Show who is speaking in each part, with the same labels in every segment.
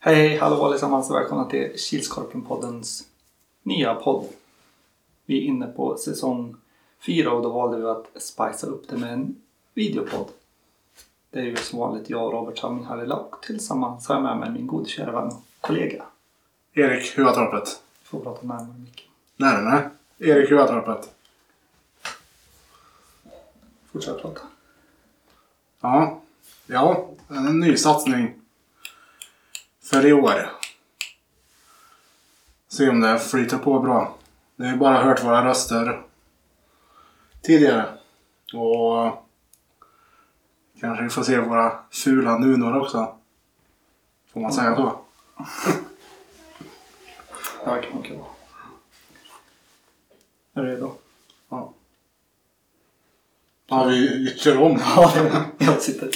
Speaker 1: Hej, hallå allesammans och välkomna till Kilskorpen-poddens nya podd. Vi är inne på säsong 4 och då valde vi att spicea upp det med en videopodd. Det är ju som vanligt jag och Robert Salming här i lag. Tillsammans har jag med mig min gode kära vän och kollega.
Speaker 2: Erik Huatorpet.
Speaker 1: Du får prata närmare mycket.
Speaker 2: Nej. Erik Huatorpet.
Speaker 1: Fortsätt prata.
Speaker 2: Ja, en ny satsning för i år. Se om det flyter på bra. Ni har bara hört våra röster tidigare. Och kanske vi får se våra fula nunor också. Får man säga så?
Speaker 1: Ja, kan man kul. Är du redo?
Speaker 2: Ja. Ja, vi kör om.
Speaker 1: Ja, jag sitter.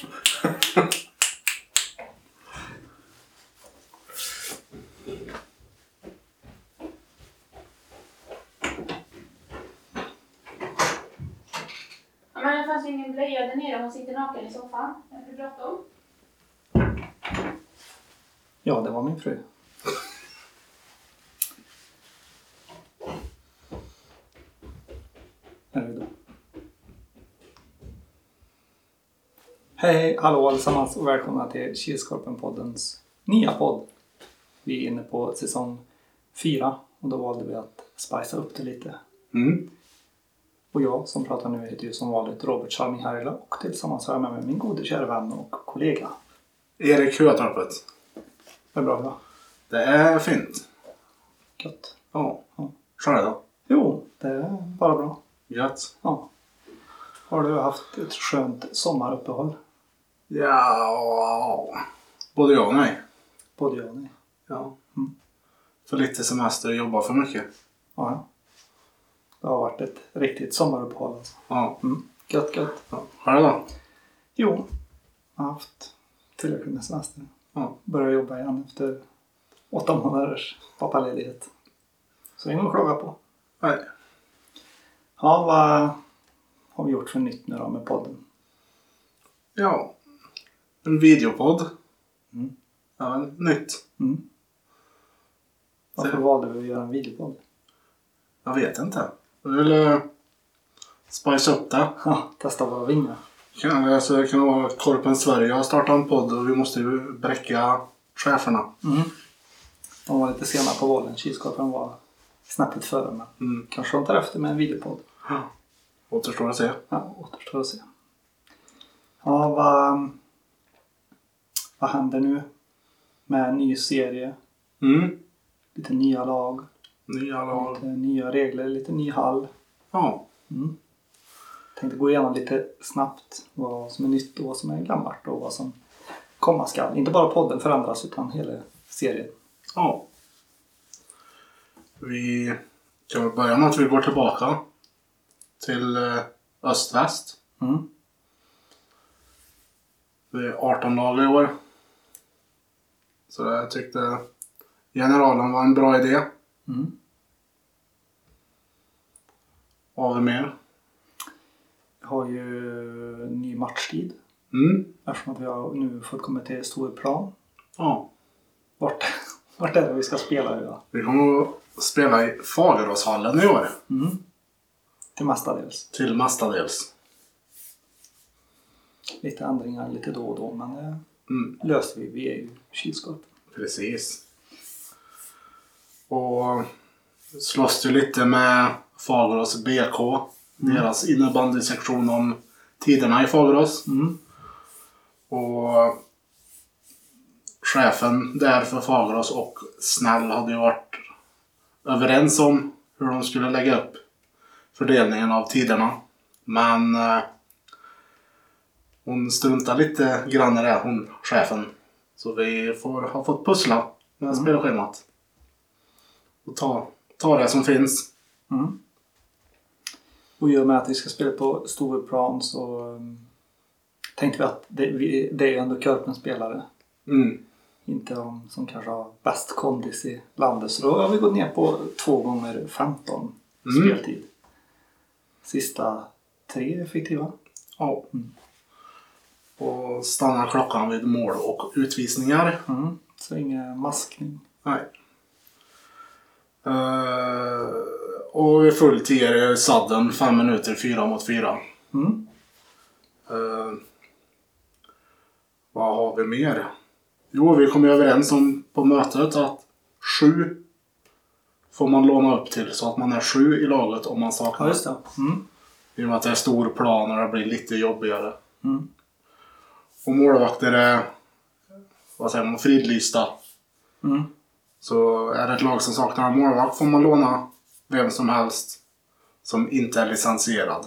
Speaker 3: Men det fanns ju ingen blöja där nere. Hon sitter naken i soffan. Är det bråttom?
Speaker 1: Ja, det var min fru. Är du redo? Hej, hallå allesammans och välkomna till Kilskorpen-poddens nya podd. Vi är inne på säsong 4 och då valde vi att spicea upp det lite. Och jag som pratar nu heter ju som vanligt Robert Salming här idag och tillsammans har jag med mig min gode kära vän och kollega.
Speaker 2: Erik Huatorpet.
Speaker 1: Det är bra, va?
Speaker 2: Det är fint.
Speaker 1: Gött.
Speaker 2: Ja. Själv då?
Speaker 1: Jo, det är bara bra.
Speaker 2: Gött.
Speaker 1: Ja. Har du haft ett skönt sommaruppehåll?
Speaker 2: Ja, både jag och nej.
Speaker 1: Både jag och ni.
Speaker 2: Ja. För lite semester och jobba för mycket.
Speaker 1: Ja. Det har varit ett riktigt sommaruppehåll alltså.
Speaker 2: Ja.
Speaker 1: Gött.
Speaker 2: Ja. Själv då?
Speaker 1: Jo, jag har haft tillräckligt med semester.
Speaker 2: Ja.
Speaker 1: Började jobba igen efter 8 månaders pappaledighet. Så det är inget att klaga på.
Speaker 2: Nej.
Speaker 1: Ja, vad har vi gjort för nytt nu då med podden?
Speaker 2: Ja. En videopodd. Ja, nytt.
Speaker 1: Varför valde vi att göra en videopodd?
Speaker 2: Jag vet inte. Jag vill spice upp det.
Speaker 1: Ja, testa våra vingar.
Speaker 2: Det kan vara Korpen Sverige har startat en podd och vi måste ju bräcka cheferna.
Speaker 1: De var lite sena på valen. Kilskorpen var snabbt före, men kanske de tar efter med en videopodd.
Speaker 2: Ja. Återstår att se.
Speaker 1: Ja, återstår att se. Ja, vad händer nu med en ny serie? Lite nya lag. Lite nya regler, lite ny hall.
Speaker 2: Ja.
Speaker 1: Tänkte gå igenom lite snabbt vad som är nytt och vad som är gammalt och vad som komma skall. Inte bara podden förändras utan hela serien.
Speaker 2: Ja. Vi kan väl börja med att vi går tillbaka till öst-väst. Det är 18 dagar i år. Så jag tyckte generalen var en bra idé. Har vi mer?
Speaker 1: Vi har ju ny matchtid. Eftersom att vi har nu fått komma till Storplan.
Speaker 2: Ja.
Speaker 1: Vart är det vi ska spela idag?
Speaker 2: Vi kommer att spela i Fageråshallen i år.
Speaker 1: Till mestadels.
Speaker 2: Till.
Speaker 1: Lite ändringar lite då och då, men det löser vi. Vi är ju Kilskorpen.
Speaker 2: Precis. Och slåss ju lite med Fagerås BK. Deras innebandysektion om tiderna i Fagerås. Och chefen där för Fagerås och Snäll hade ju varit överens om hur de skulle lägga upp fördelningen av tiderna. Men hon struntar lite grann i det, hon chefen. Så vi har fått pussla med spelschemat. Och ta det som finns.
Speaker 1: Och i och med att vi ska spela på Storplan så tänkte vi att det är ändå Korpens spelare. Inte de som kanske har bäst kondis i landet. Så då har vi gått ner på 2x15 speltid. Sista 3 effektiva.
Speaker 2: Ja. Och stannar klockan vid mål och utvisningar.
Speaker 1: Så ingen maskning.
Speaker 2: Nej. Och i full 10 sadden 5 minuter 4 mot 4. Vad har vi mer? Jo, vi kom överens om på mötet att 7 får man låna upp till så att man är 7 i laget om man saknar.
Speaker 1: Ja, just det.
Speaker 2: I och med att det är stor plan och det blir lite jobbigare. Och målvakter är, vad säger man, fridlysta. Så är det ett lag som saknar en målvakt får man låna vem som helst som inte är licensierad.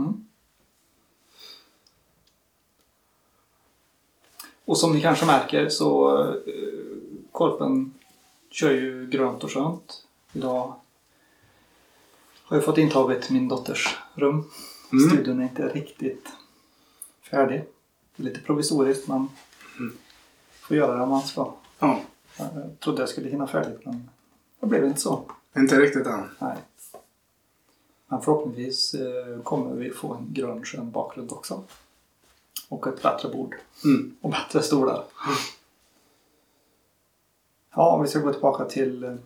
Speaker 1: Och som ni kanske märker så Korpen kör ju grönt och skönt. Idag har jag fått intaget min dotters rum. Studion är inte riktigt färdig. Det är lite provisoriskt, men får göra det om man ska.
Speaker 2: Ja.
Speaker 1: Jag trodde jag skulle hinna färdigt, men det blev inte så.
Speaker 2: Inte riktigt än.
Speaker 1: Nej. Men förhoppningsvis kommer vi få en grön skön bakgrund också. Och ett bättre bord. Och bättre stolar. Ja, om vi ska gå tillbaka till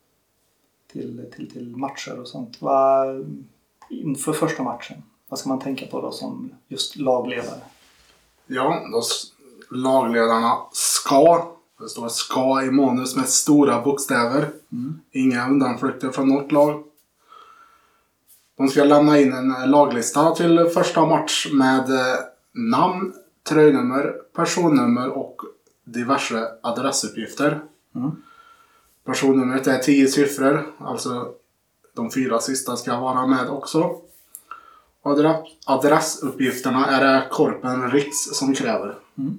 Speaker 1: matcher och sånt. Inför första matchen, vad ska man tänka på då som just lagledare?
Speaker 2: Ja, då lagledarna ska. Det står ska i manus med stora bokstäver. Inga undanflykter från något lag. De ska lämna in en laglista till första match med namn, tröjnummer, personnummer och diverse adressuppgifter. Personnumret är 10 siffror, alltså de 4 sista ska vara med också. Adressuppgifterna är det Korpen Riks som kräver.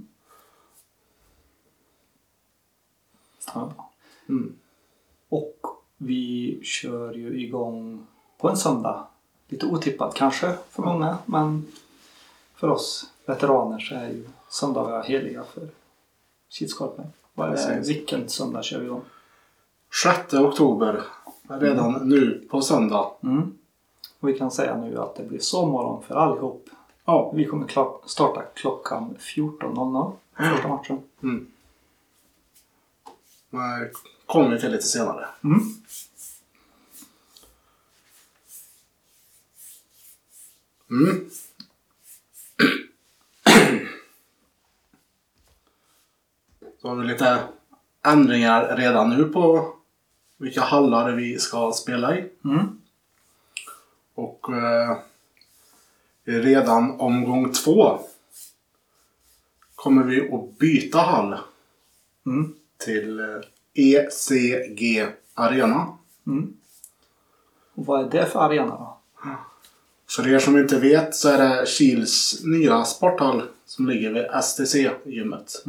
Speaker 1: Ja. Och vi kör ju igång på en söndag. Lite otippat kanske för många, men för oss veteraner så är ju söndagar heliga för Kilskorpen. Vilken söndag kör vi igång?
Speaker 2: 6 oktober. Redan nu på söndag.
Speaker 1: Och vi kan säga nu att det blir sovmorgon för allihop.
Speaker 2: Ja.
Speaker 1: Vi kommer starta klockan 14.00 första matchen.
Speaker 2: Det kommer vi till lite senare. Så har vi lite ändringar redan nu på vilka hallar vi ska spela i. Och redan omgång 2 kommer vi att byta hall till ECG Arena.
Speaker 1: Och vad är det för arena då?
Speaker 2: För er som inte vet så är det Kils nya sporthall som ligger vid STC-gymmet.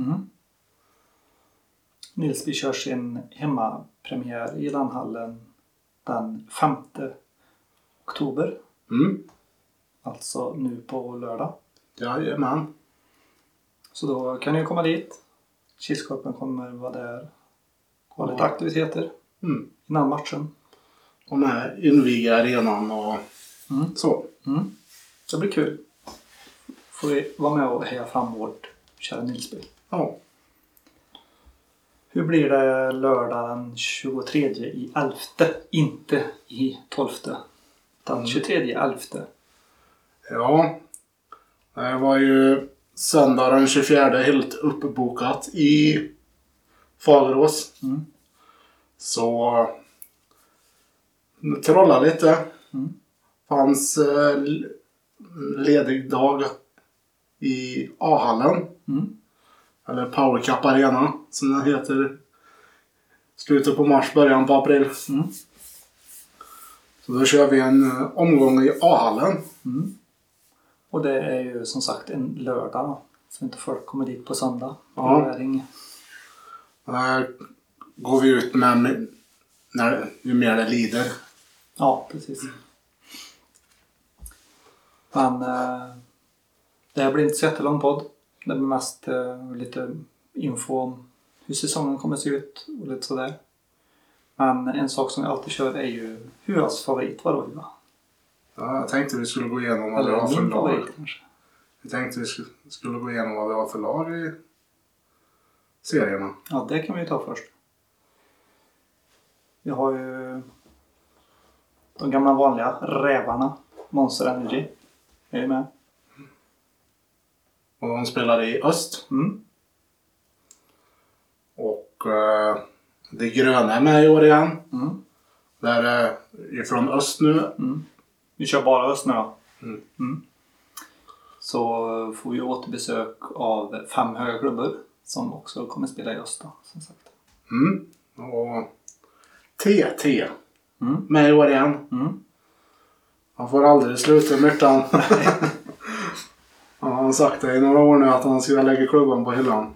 Speaker 1: Nilsby kör sin hemmapremiär i den hallen den 5 oktober. Alltså nu på lördag.
Speaker 2: Jajamän.
Speaker 1: Så då kan ni komma dit. Kilskorpen kommer vara där. Ha lite aktiviteter innan matchen.
Speaker 2: Och med inviga arenan och så.
Speaker 1: Det blir kul. Får vi vara med och heja fram vårt kära Nilsby.
Speaker 2: Ja.
Speaker 1: Hur blir det lördag den 23/11? Inte i 12. Den 23/11.
Speaker 2: Ja. Det var ju söndag den 24 helt uppbokat i Fagerås. Så trolla lite. Fanns ledig dag i A-hallen. Eller Power Cup Arena som den heter. Slutet på mars, början på april. Så då kör vi en omgång i A-hallen.
Speaker 1: Och det är ju som sagt en lördag då. Så inte folk kommer dit på söndag.
Speaker 2: Ja.
Speaker 1: Det är inget.
Speaker 2: Går vi ut med ju mer det lider.
Speaker 1: Ja, precis. Men det här blir inte så jättelång podd. Det blir mest lite info om hur säsongen kommer att se ut och lite sådär. Men en sak som vi alltid kör är ju Huas favorit. Vadå Hua?
Speaker 2: Ja, jag tänkte vi skulle gå igenom vad vi
Speaker 1: Eller
Speaker 2: har för
Speaker 1: min
Speaker 2: lag.
Speaker 1: favorit kanske.
Speaker 2: Jag tänkte vi skulle gå igenom vad vi har för lag i serierna?
Speaker 1: Ja, det kan vi ju ta först. Vi har ju de gamla vanliga rävarna. Monster Energy är ju med.
Speaker 2: Och de spelar i öst. Och det gröna är med i år igen. Där är ifrån öst nu.
Speaker 1: Vi kör bara öst nu då. Så får vi återbesök av 5 höga klubbor som också kommer spela i öst då, som sagt.
Speaker 2: Och TT med i år igen. Han får aldrig sluta myrtan. Han har sagt det i några år nu att han ska lägga klubban på hyllan.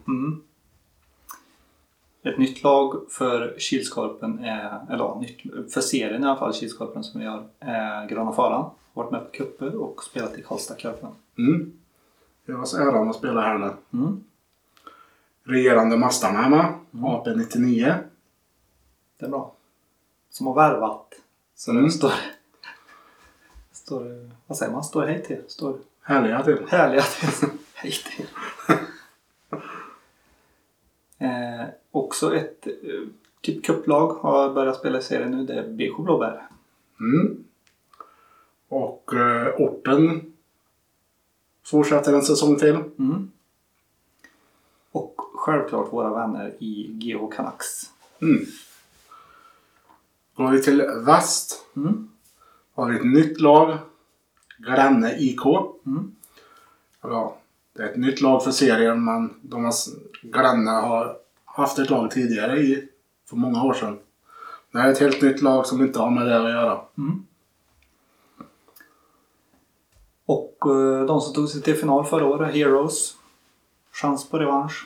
Speaker 1: Ett nytt lag för Kilskorpen för serien i alla fall, Kilskorpen som vi har, är Gröna Faran. Varit med på kupper och spelat i Karlstad-cupen.
Speaker 2: Jag har så äran att spela här nu. Regerande Mastarna är med. AP99.
Speaker 1: Det är bra. Som har värvat. Så det står vad säger man? Står hej till?
Speaker 2: Härliga till.
Speaker 1: Hej till. Också ett typ kupplag har börjat spela i serien nu. Det är BK Blåbär.
Speaker 2: Och orten fortsätter en säsong till.
Speaker 1: Och självklart våra vänner i GH Canucks.
Speaker 2: Går vi till väst. Har vi ett nytt lag. Gränne IK. Ja, det är ett nytt lag för serien, men Gränne har haft ett lag tidigare för många år sedan. Det är ett helt nytt lag som inte har med det att göra.
Speaker 1: Och de som tog sig till final förra året, Heroes. Chans på revansch.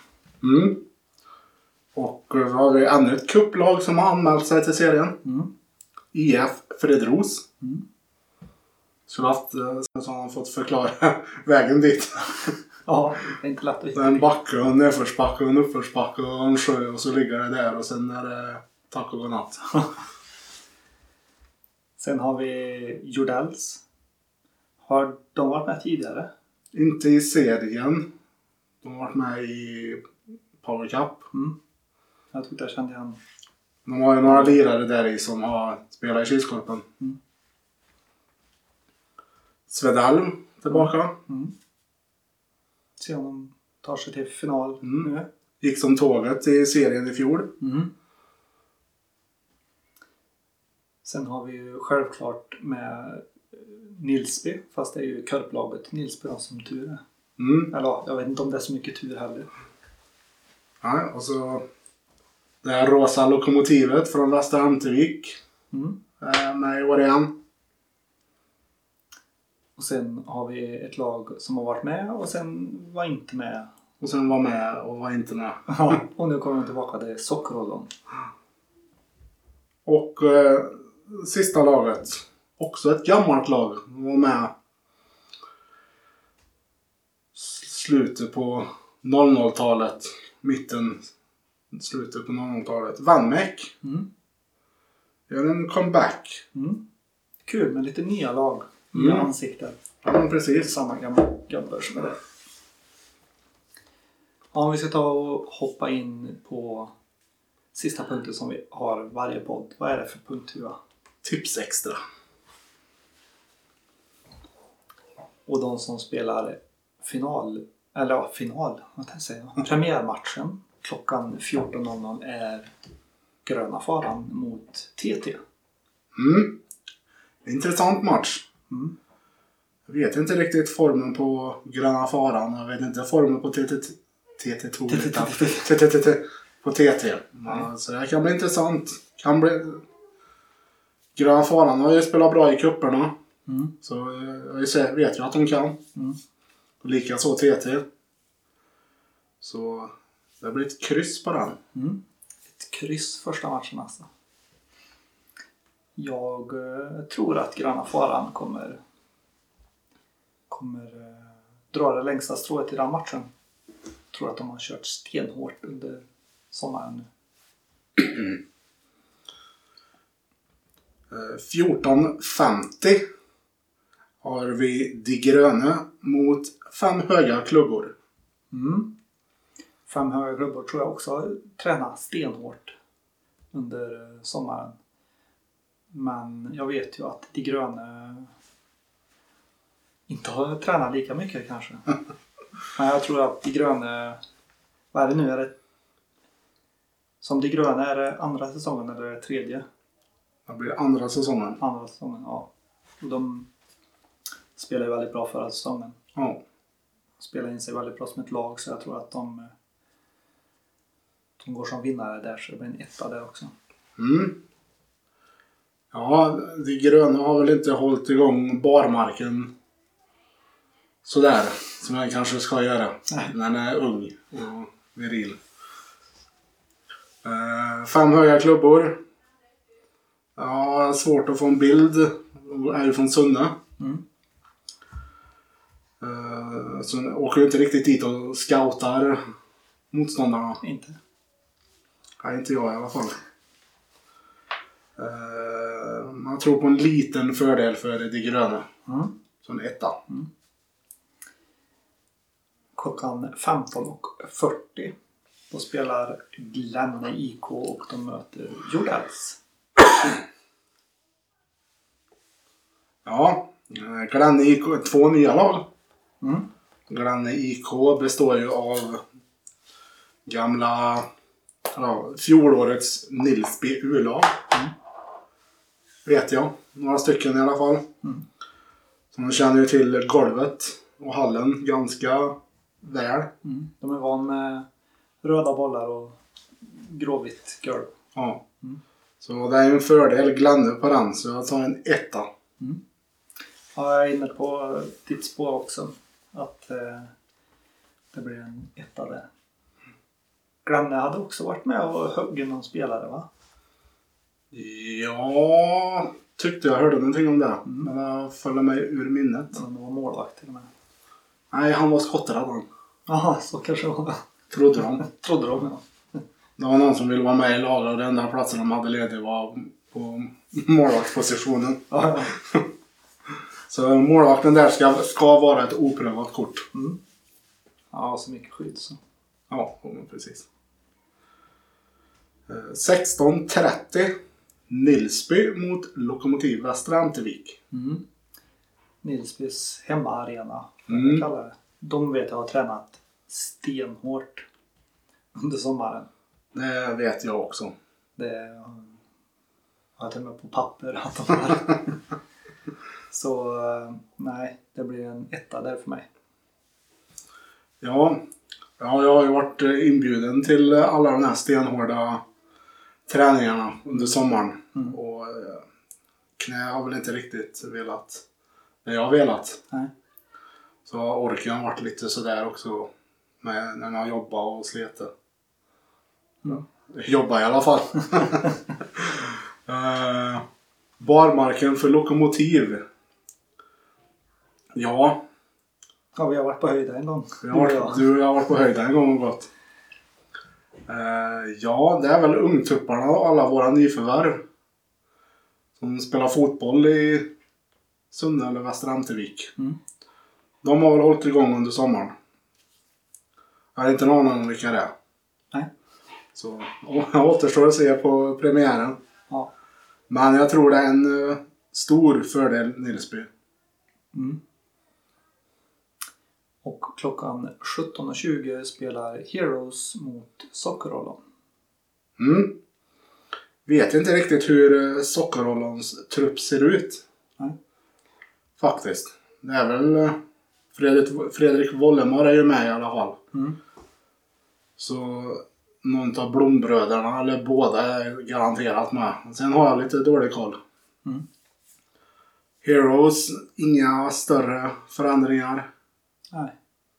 Speaker 2: Och så har vi ännu ett kupplag som har anmält sig till serien. IF Fredros. Så att han har fått förklara vägen dit.
Speaker 1: Ja, det är inte lätt att hitta.
Speaker 2: Det är en backe och en nedförsbacke och en uppförsbacke och en sjö och så ligger det där och sen är det tack och godnatt.
Speaker 1: Sen har vi Jordells. Har de varit med tidigare?
Speaker 2: Inte i serien. De har varit med i Power Cup.
Speaker 1: Jag tyckte jag kände igen.
Speaker 2: De har ju några lirare där i som har spelat i Kilskorpen. Svedalm tillbaka.
Speaker 1: Se om de tar sig till final nu.
Speaker 2: Gick som tåget i serien i fjol.
Speaker 1: Sen har vi ju självklart med Nilsby. Fast det är ju körplaget Nilsby då, som tur är. Eller jag vet inte om det är så mycket tur heller.
Speaker 2: Ja, och så det här rosa lokomotivet från Västra Amtervik. Med i år igen.
Speaker 1: Och sen har vi ett lag som har varit med och sen var inte med.
Speaker 2: Och sen var med och var inte med.
Speaker 1: Ja, och nu kommer de tillbaka, det är Sockerollon.
Speaker 2: Och sista laget. Också ett gammalt lag. Var med slutet på 00-talet. Slutet på 00-talet. Vanmäck. Gör en comeback.
Speaker 1: Kul med lite nya lag. Nya ansikten.
Speaker 2: Ja, precis.
Speaker 1: Samma gamla gubbar som är det. Ja, om vi ska ta och hoppa in på sista punkten som vi har varje podd. Vad är det för punkt, Hua?
Speaker 2: Tips extra.
Speaker 1: Och de som spelar premiärmatchen klockan 14.00 är Gröna Faran mot TT.
Speaker 2: Intressant match. Jag vet inte riktigt formen på Gröna Faran. Jag vet inte formen på på TT. Så det kan bli intressant. Gröna Faran har ju spelat bra i kupperna. Så jag vet ju att de kan. Och likaså TT. Så det blir ett kryss på den.
Speaker 1: Ett kryss första matchen alltså. Jag tror att Gröna Faran kommer dra det längsta strået i den matchen. Jag tror att de har kört stenhårt under sommaren nu.
Speaker 2: 14.50 har vi De Gröna mot 5 höga klubbor.
Speaker 1: 5 höga klubbor tror jag också har tränat stenhårt under sommaren. Men jag vet ju att de gröna inte har tränat lika mycket kanske. Men jag tror att de gröna, vad är det nu? Är det, som de gröna, är det andra säsongen eller är det tredje?
Speaker 2: Det blir andra säsongen.
Speaker 1: Andra säsongen, ja. Och de spelar ju väldigt bra förra säsongen.
Speaker 2: Ja.
Speaker 1: Spelar in sig väldigt bra som ett lag, så jag tror att de går som vinnare där, så det blir en etta där också.
Speaker 2: Mm. Ja, de gröna har väl inte hållit igång barmarken sådär som jag kanske ska göra.
Speaker 1: Nej.
Speaker 2: När den är ung och viril. 5 höga klubbor. Ja, svårt att få en bild. Är ju från Sunne.
Speaker 1: Mm.
Speaker 2: Så åker ju inte riktigt dit och scoutar motståndarna.
Speaker 1: Inte.
Speaker 2: Nej, inte jag i alla fall. Man tror på en liten fördel för de gröna.
Speaker 1: Mm.
Speaker 2: Så en etta.
Speaker 1: Klockan 15:40 då spelar Glenne IK och de möter Jordells.
Speaker 2: Ja, Glenne IK, 2 nya lag.
Speaker 1: Mm.
Speaker 2: Glenne IK består ju av gamla fjolårets Nilsby U-lag. Vet jag. Några stycken i alla fall. Så man känner ju till golvet och hallen ganska väl.
Speaker 1: De är van med röda bollar och gråvitt golv.
Speaker 2: Ja. Så det är ju en fördel Glenne på den, så jag tar en etta.
Speaker 1: Ja, jag är inne på ditt spår också. Att det blir en etta där. Glenne hade också varit med och högg någon spelare, va?
Speaker 2: Ja, tyckte jag hörde någonting om det. Men jag följde mig ur minnet.
Speaker 1: Ja, det var målvakt till och med.
Speaker 2: Nej, han var skotträdd han.
Speaker 1: Jaha, så kanske det var.
Speaker 2: Trodde de.
Speaker 1: Trodde de, ja.
Speaker 2: Det var någon som ville vara med i laget och den enda platsen de hade ledig var på målvaktspositionen.
Speaker 1: Ja.
Speaker 2: Så målvakten där ska vara ett oprövat kort.
Speaker 1: Ja, så mycket skydd så.
Speaker 2: Ja, precis. 16:30 Nilsby mot Lokomotiv Västra Ämtervik.
Speaker 1: Nilsbys hemmaarena, kan man kalla det. De vet jag har tränat stenhårt under sommaren.
Speaker 2: Det vet jag också.
Speaker 1: Det har jag till och med på papper att de har. Så nej, det blir en etta där för mig.
Speaker 2: Ja, jag har ju varit inbjuden till alla de här stenhårda träningarna under sommaren. Och knä har väl inte riktigt velat det jag har velat.
Speaker 1: Nej.
Speaker 2: Så orken har varit lite sådär också med när jag jobbar och sliter. Jobbar i alla fall. Barmarken för Lokomotiv. Ja.
Speaker 1: Ja, vi har varit på höjden en gång.
Speaker 2: Du har varit på höjden en gång och gått. Ja, det är väl ungtupparna och alla våra nyförvärv. Som spelar fotboll i Sunne eller Västra Ämtervik. De har väl hållit igång under sommaren. Jag har inte någon aning om vilka det är.
Speaker 1: Nej.
Speaker 2: Så jag återstår att se på premiären.
Speaker 1: Ja.
Speaker 2: Men jag tror det är en stor fördel Nilsby.
Speaker 1: Och klockan 17:20 spelar Heroes mot Sockerollon.
Speaker 2: Vet inte riktigt hur Sockerollons trupp ser ut.
Speaker 1: Nej.
Speaker 2: Faktiskt. Det är väl Fredrik Wollemar är ju med i alla fall. Så någon av Blombröderna eller båda är garanterat med. Sen har jag lite dålig koll. Heroes, inga större förändringar.
Speaker 1: Nej.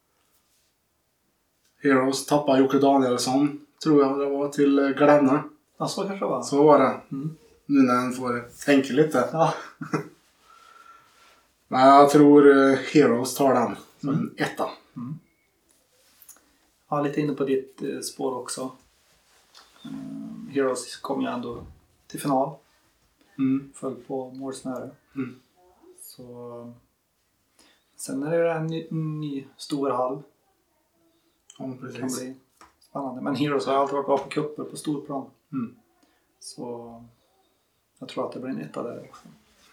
Speaker 2: Heroes tappar Jocke Danielsson, tror jag det var, till Glenne.
Speaker 1: Ja, så kanske det var.
Speaker 2: Så var det. Nu när han får tänka lite.
Speaker 1: Ja.
Speaker 2: Men jag tror Heroes tar den som en etta.
Speaker 1: Ja, lite inne på ditt spår också. Heroes kom ju ändå till final. Föll på målsnöre. Så sen är det en ny stor hall.
Speaker 2: Ja,
Speaker 1: Det kan
Speaker 2: precis.
Speaker 1: bli spännande. Men Heroes har alltid varit bra på kupper på storplan.
Speaker 2: Mm.
Speaker 1: Så jag tror att det blir en etta där också.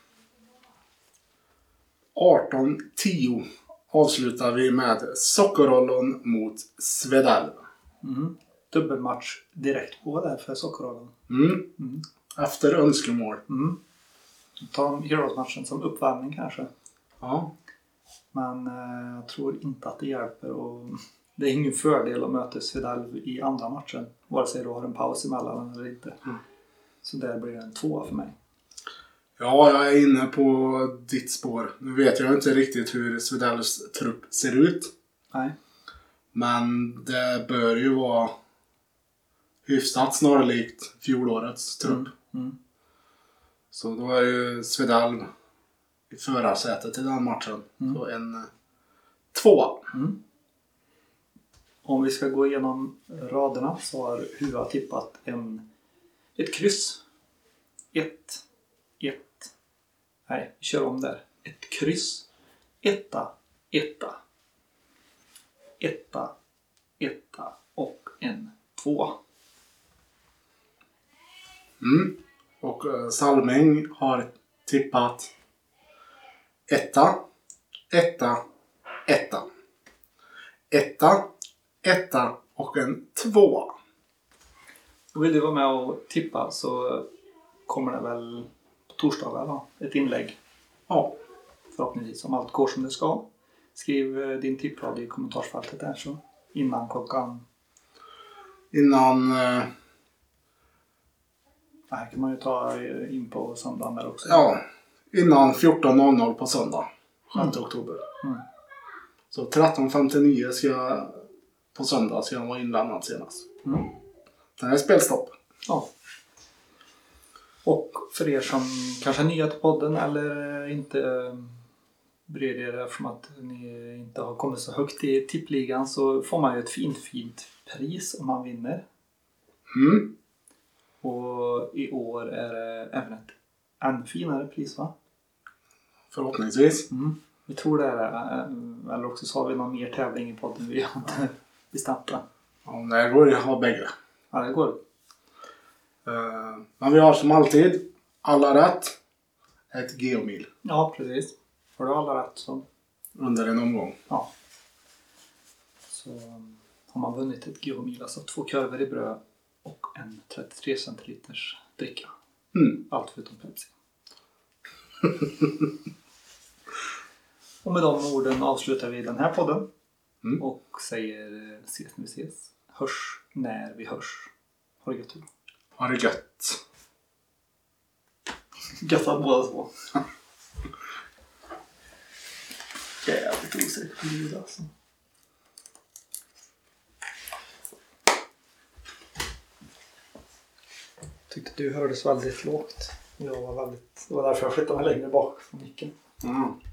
Speaker 2: 18-10 avslutar vi med Sockerollon mot Svedal.
Speaker 1: Dubbelmatch direkt på där för Sockerollon.
Speaker 2: Efter önskemål.
Speaker 1: Ta Heroes-matchen som uppvärmning kanske.
Speaker 2: Ja.
Speaker 1: Men jag tror inte att det hjälper. Och det är ingen fördel att möta Svedal i andra matchen. Vare sig du har en paus emellan eller inte. Så där blir det en 2 för mig.
Speaker 2: Ja, jag är inne på ditt spår. Nu vet jag inte riktigt hur Svedals trupp ser ut.
Speaker 1: Nej.
Speaker 2: Men det bör ju vara hyfsat snarlikt fjolårets trupp. Så då är ju Svedal i förarsätet i den matchen. Så en 2.
Speaker 1: Om vi ska gå igenom raderna så har Hua tippat ett kryss. 1. Nej, vi kör om där. Ett kryss. 1 och en 2.
Speaker 2: Och Salming har tippat 1 och en 2.
Speaker 1: Vill du vara med och tippa så kommer det väl på torsdag då, ett inlägg.
Speaker 2: Ja.
Speaker 1: Förhoppningsvis om allt går som det ska. Skriv din tipprad i kommentarsfältet där så innan klockan. Det här kan man ju ta in på söndagen där också.
Speaker 2: Ja, innan 14.00 på söndag. 6 oktober. Så 13.59 ska jag på söndag ska jag vara inlämnad senast. Det här är spelstopp.
Speaker 1: Ja. Och för er som kanske är nya till podden eller inte bryr er eftersom att ni inte har kommit så högt i tippligan så får man ju ett fint pris om man vinner. Och i år är det även ett ännu finare pris, va?
Speaker 2: Förhoppningsvis.
Speaker 1: Vi tror det är det. Eller också så har vi någon mer tävling i podden vi har inte bestämt det.
Speaker 2: Ja, det går ju att ha bägge.
Speaker 1: Ja, det går.
Speaker 2: Men vi har som alltid alla rätt. Ett geomil.
Speaker 1: Ja, precis. Får du alla rätt så...
Speaker 2: Under en omgång.
Speaker 1: Ja. Så har man vunnit ett geomil, alltså 2 kurvor i bröd och en 33 centiliters dricka. Allt förutom Pepsi. Och med de orden avslutar vi den här podden. Och säger ses när vi ses. Hörs när vi hörs. Ha det gött.
Speaker 2: Ha det gött.
Speaker 1: Götta båda två. Jävligt osäker på ljud alltså. Tyckte du hördes väldigt lågt. Jag var väldigt... Det var därför jag flyttade mig längre bak från micken.